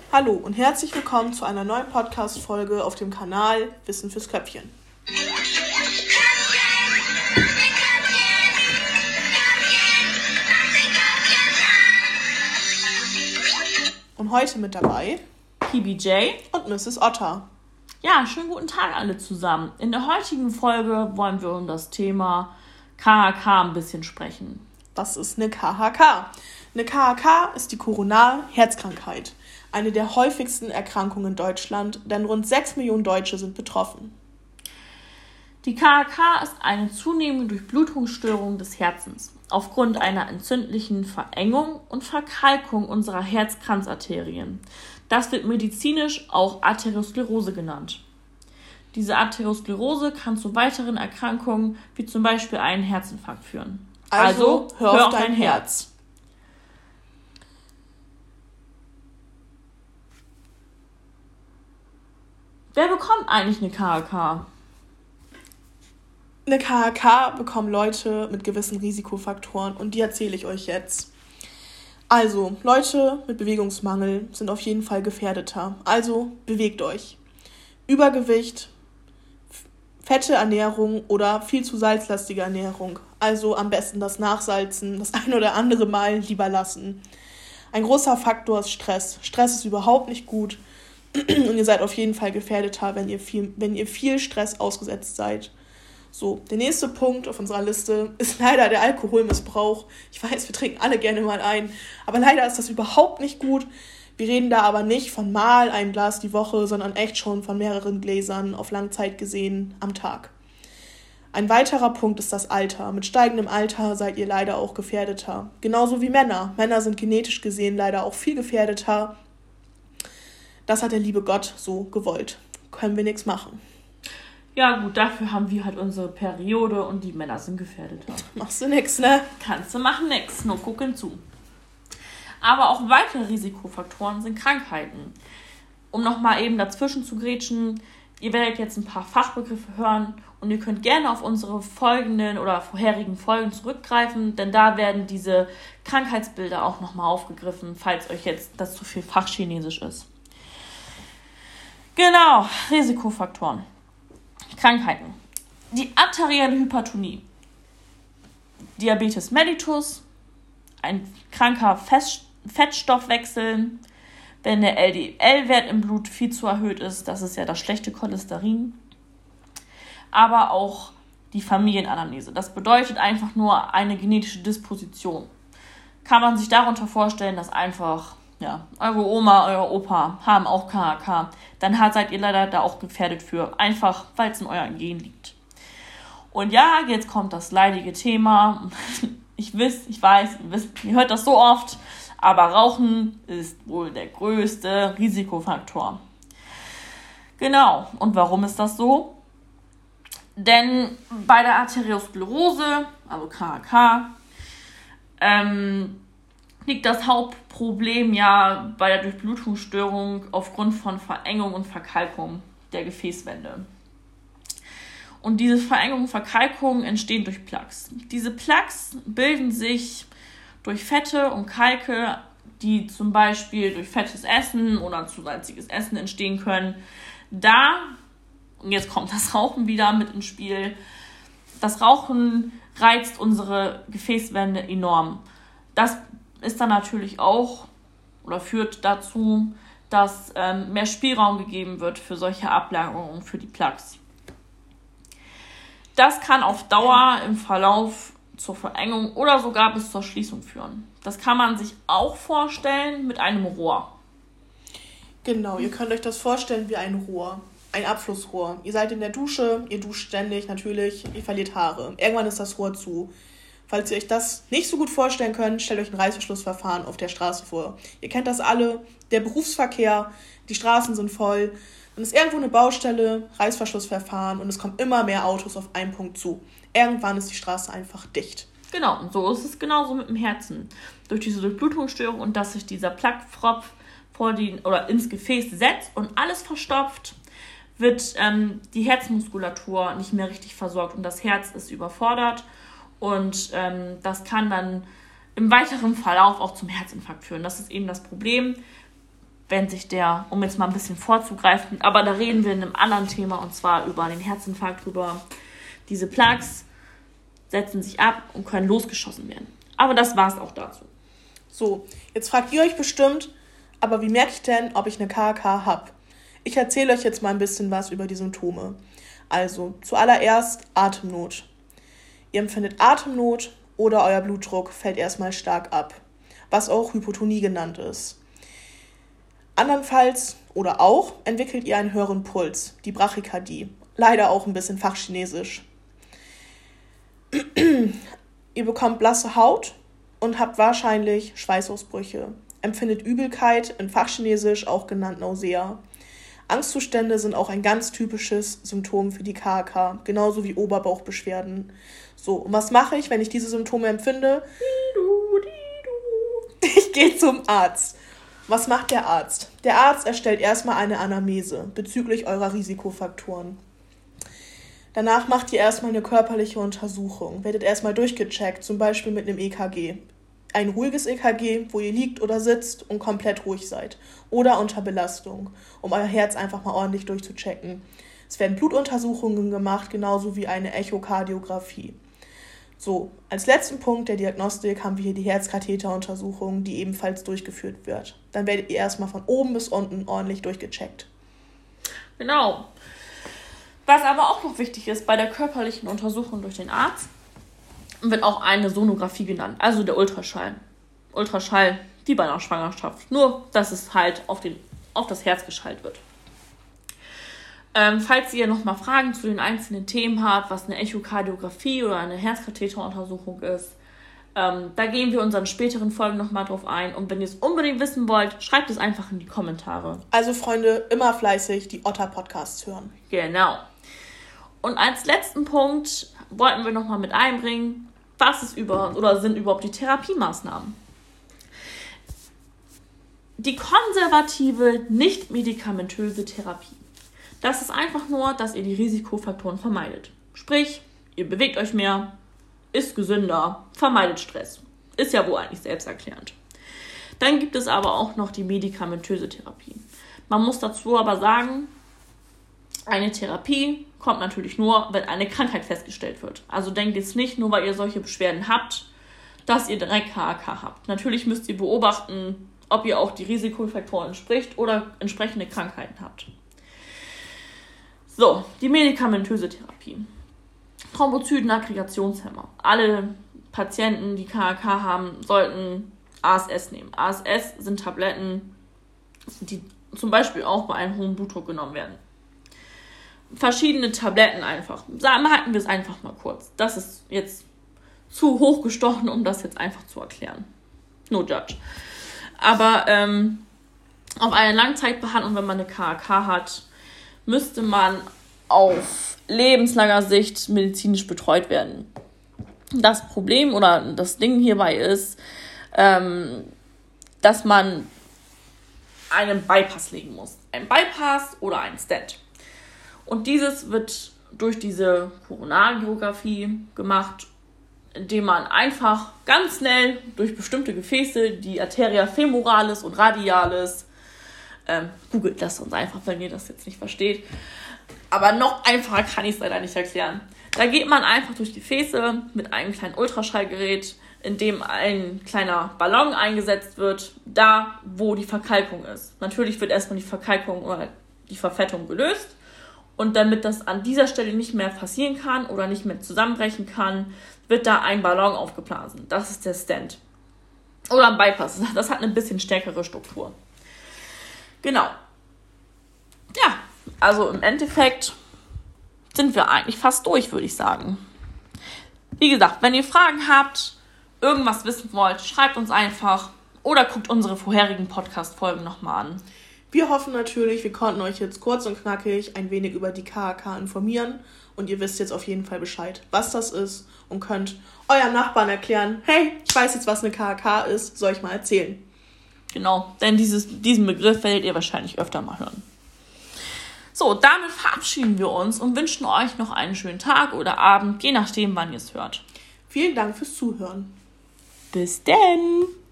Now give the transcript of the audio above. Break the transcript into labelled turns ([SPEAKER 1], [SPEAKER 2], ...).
[SPEAKER 1] Hallo und herzlich willkommen zu einer neuen Podcast-Folge auf dem Kanal Wissen fürs Köpfchen. Und heute mit dabei
[SPEAKER 2] PBJ
[SPEAKER 1] und Mrs. Otter.
[SPEAKER 2] Ja, schönen guten Tag alle zusammen. In der heutigen Folge wollen wir um das Thema KHK ein bisschen sprechen.
[SPEAKER 1] Was ist eine KHK? Eine KHK ist die Koronarherzkrankheit. Eine der häufigsten Erkrankungen in Deutschland, denn rund 6 Millionen Deutsche sind betroffen.
[SPEAKER 2] Die KHK ist eine zunehmende Durchblutungsstörung des Herzens aufgrund einer entzündlichen Verengung und Verkalkung unserer Herzkranzarterien. Das wird medizinisch auch Arteriosklerose genannt. Diese Arteriosklerose kann zu weiteren Erkrankungen wie zum Beispiel einen Herzinfarkt führen.
[SPEAKER 1] Also hör auf dein Herz.
[SPEAKER 2] Wer bekommt eigentlich eine KHK?
[SPEAKER 1] Eine KHK bekommen Leute mit gewissen Risikofaktoren und die erzähle ich euch jetzt. Also, Leute mit Bewegungsmangel sind auf jeden Fall gefährdeter. Also, bewegt euch. Übergewicht, fette Ernährung oder viel zu salzlastige Ernährung. Also am besten das Nachsalzen, das ein oder andere Mal lieber lassen. Ein großer Faktor ist Stress. Stress ist überhaupt nicht gut und ihr seid auf jeden Fall gefährdeter, wenn ihr viel Stress ausgesetzt seid. So, der nächste Punkt auf unserer Liste ist leider der Alkoholmissbrauch. Ich weiß, wir trinken alle gerne mal ein, aber leider ist das überhaupt nicht gut. Wir reden da aber nicht von mal einem Glas die Woche, sondern echt schon von mehreren Gläsern auf Langzeit gesehen am Tag. Ein weiterer Punkt ist das Alter. Mit steigendem Alter seid ihr leider auch gefährdeter. Genauso wie Männer. Männer sind genetisch gesehen leider auch viel gefährdeter. Das hat der liebe Gott so gewollt. Können wir nichts machen.
[SPEAKER 2] Ja gut, dafür haben wir halt unsere Periode und die Männer sind gefährdeter.
[SPEAKER 1] Machst du nix, ne?
[SPEAKER 2] Kannst du machen, nix, nur gucken zu. Aber auch weitere Risikofaktoren sind Krankheiten. Um nochmal eben dazwischen zu grätschen, ihr werdet jetzt ein paar Fachbegriffe hören und ihr könnt gerne auf unsere folgenden oder vorherigen Folgen zurückgreifen, denn da werden diese Krankheitsbilder auch nochmal aufgegriffen, falls euch jetzt das zu viel Fachchinesisch ist. Genau, Risikofaktoren. Krankheiten. Die arterielle Hypertonie, Diabetes mellitus, ein kranker Fettstoffwechsel, wenn der LDL-Wert im Blut viel zu erhöht ist, das ist ja das schlechte Cholesterin, aber auch die Familienanamnese. Das bedeutet einfach nur eine genetische Disposition. Kann man sich darunter vorstellen, dass einfach eure Oma, euer Opa haben auch KHK, dann seid ihr leider da auch gefährdet für, einfach weil es in euren Gen liegt. Und ja, jetzt kommt das leidige Thema. Ich weiß, ihr hört das so oft, aber Rauchen ist wohl der größte Risikofaktor. Genau, und warum ist das so? Denn bei der Arteriosklerose, also KHK, liegt das Hauptproblem ja bei der Durchblutungsstörung aufgrund von Verengung und Verkalkung der Gefäßwände. Und diese Verengung und Verkalkung entstehen durch Plaques. Diese Plaques bilden sich durch Fette und Kalke, die zum Beispiel durch fettes Essen oder zu salziges Essen entstehen können. Und jetzt kommt das Rauchen wieder mit ins Spiel, das Rauchen reizt unsere Gefäßwände enorm. Das ist dann natürlich auch oder führt dazu, dass mehr Spielraum gegeben wird für solche Ablagerungen, für die Plaques. Das kann auf Dauer im Verlauf zur Verengung oder sogar bis zur Schließung führen. Das kann man sich auch vorstellen mit einem Rohr.
[SPEAKER 1] Genau, ihr könnt euch das vorstellen wie ein Rohr, ein Abflussrohr. Ihr seid in der Dusche, ihr duscht ständig natürlich, ihr verliert Haare. Irgendwann ist das Rohr zu. Falls ihr euch das nicht so gut vorstellen könnt, stellt euch ein Reißverschlussverfahren auf der Straße vor. Ihr kennt das alle, der Berufsverkehr, die Straßen sind voll. Dann ist irgendwo eine Baustelle, Reißverschlussverfahren und es kommen immer mehr Autos auf einen Punkt zu. Irgendwann ist die Straße einfach dicht.
[SPEAKER 2] Genau, und so ist es genauso mit dem Herzen. Durch diese Durchblutungsstörung und dass sich dieser Plaquepfropf ins Gefäß setzt und alles verstopft, wird die Herzmuskulatur nicht mehr richtig versorgt und das Herz ist überfordert und das kann dann im weiteren Verlauf auch zum Herzinfarkt führen. Das ist eben das Problem. wenn sich der, um jetzt mal ein bisschen vorzugreifen, aber da reden wir in einem anderen Thema, und zwar über den Herzinfarkt, über diese Plaques, setzen sich ab und können losgeschossen werden. Aber das war's auch dazu.
[SPEAKER 1] So, jetzt fragt ihr euch bestimmt, aber wie merke ich denn, ob ich eine KAK habe? Ich erzähle euch jetzt mal ein bisschen was über die Symptome. Also, zuallererst Atemnot. Ihr empfindet Atemnot oder euer Blutdruck fällt erstmal stark ab, was auch Hypotonie genannt ist. Andernfalls oder auch entwickelt ihr einen höheren Puls, die Brachykardie. Leider auch ein bisschen fachchinesisch. Ihr bekommt blasse Haut und habt wahrscheinlich Schweißausbrüche. Empfindet Übelkeit, in Fachchinesisch auch genannt Nausea. Angstzustände sind auch ein ganz typisches Symptom für die KAK, genauso wie Oberbauchbeschwerden. So, und was mache ich, wenn ich diese Symptome empfinde? Ich gehe zum Arzt. Was macht der Arzt? Der Arzt erstellt erstmal eine Anamnese bezüglich eurer Risikofaktoren. Danach macht ihr erstmal eine körperliche Untersuchung, werdet erstmal durchgecheckt, zum Beispiel mit einem EKG. Ein ruhiges EKG, wo ihr liegt oder sitzt und komplett ruhig seid. Oder unter Belastung, um euer Herz einfach mal ordentlich durchzuchecken. Es werden Blutuntersuchungen gemacht, genauso wie eine Echokardiographie. So, als letzten Punkt der Diagnostik haben wir hier die Herzkatheteruntersuchung, die ebenfalls durchgeführt wird. Dann werdet ihr erstmal von oben bis unten ordentlich durchgecheckt.
[SPEAKER 2] Genau. Was aber auch noch wichtig ist, bei der körperlichen Untersuchung durch den Arzt wird auch eine Sonographie genannt, also der Ultraschall. Ultraschall wie bei einer Schwangerschaft, nur dass es halt auf das Herz geschallt wird. Falls ihr nochmal Fragen zu den einzelnen Themen habt, was eine Echokardiographie oder eine Herzkatheteruntersuchung ist, da gehen wir in unseren späteren Folgen nochmal drauf ein. Und wenn ihr es unbedingt wissen wollt, schreibt es einfach in die Kommentare.
[SPEAKER 1] Also Freunde, immer fleißig die Otter-Podcasts hören.
[SPEAKER 2] Genau. Und als letzten Punkt wollten wir nochmal mit einbringen, was ist sind überhaupt die Therapiemaßnahmen? Die konservative, nicht medikamentöse Therapie. Das ist einfach nur, dass ihr die Risikofaktoren vermeidet. Sprich, ihr bewegt euch mehr, ist gesünder, vermeidet Stress. Ist ja wohl eigentlich selbsterklärend. Dann gibt es aber auch noch die medikamentöse Therapie. Man muss dazu aber sagen, eine Therapie kommt natürlich nur, wenn eine Krankheit festgestellt wird. Also denkt jetzt nicht, nur weil ihr solche Beschwerden habt, dass ihr direkt KAK habt. Natürlich müsst ihr beobachten, ob ihr auch die Risikofaktoren entspricht oder entsprechende Krankheiten habt. So, die medikamentöse Therapie. Thrombozytenaggregationshemmer. Alle Patienten, die KAK haben, sollten ASS nehmen. ASS sind Tabletten, die zum Beispiel auch bei einem hohen Blutdruck genommen werden. Verschiedene Tabletten einfach. Halten wir es einfach mal kurz. Das ist jetzt zu hochgestochen, um das jetzt einfach zu erklären. No judge. Aber auf eine Langzeitbehandlung, wenn man eine KAK hat, müsste man auf lebenslanger Sicht medizinisch betreut werden. Das Problem oder das Ding hierbei ist, dass man einen Bypass legen muss. Ein Bypass oder ein Stent. Und dieses wird durch diese Koronarangiographie gemacht, indem man einfach ganz schnell durch bestimmte Gefäße, die Arteria femoralis und radialis, googelt das uns einfach, wenn ihr das jetzt nicht versteht. Aber noch einfacher kann ich es leider nicht erklären. Da geht man einfach durch die Gefäße mit einem kleinen Ultraschallgerät, in dem ein kleiner Ballon eingesetzt wird, da wo die Verkalkung ist. Natürlich wird erstmal die Verkalkung oder die Verfettung gelöst. Und damit das an dieser Stelle nicht mehr passieren kann oder nicht mehr zusammenbrechen kann, wird da ein Ballon aufgeblasen. Das ist der Stent. Oder ein Bypass. Das hat eine bisschen stärkere Struktur. Genau. Ja, also im Endeffekt sind wir eigentlich fast durch, würde ich sagen. Wie gesagt, wenn ihr Fragen habt, irgendwas wissen wollt, schreibt uns einfach oder guckt unsere vorherigen Podcast-Folgen nochmal an.
[SPEAKER 1] Wir hoffen natürlich, wir konnten euch jetzt kurz und knackig ein wenig über die KAK informieren und ihr wisst jetzt auf jeden Fall Bescheid, was das ist und könnt eurem Nachbarn erklären, hey, ich weiß jetzt, was eine KAK ist, soll ich mal erzählen.
[SPEAKER 2] Genau, denn diesen Begriff werdet ihr wahrscheinlich öfter mal hören. So, damit verabschieden wir uns und wünschen euch noch einen schönen Tag oder Abend, je nachdem, wann ihr es hört.
[SPEAKER 1] Vielen Dank fürs Zuhören.
[SPEAKER 2] Bis denn!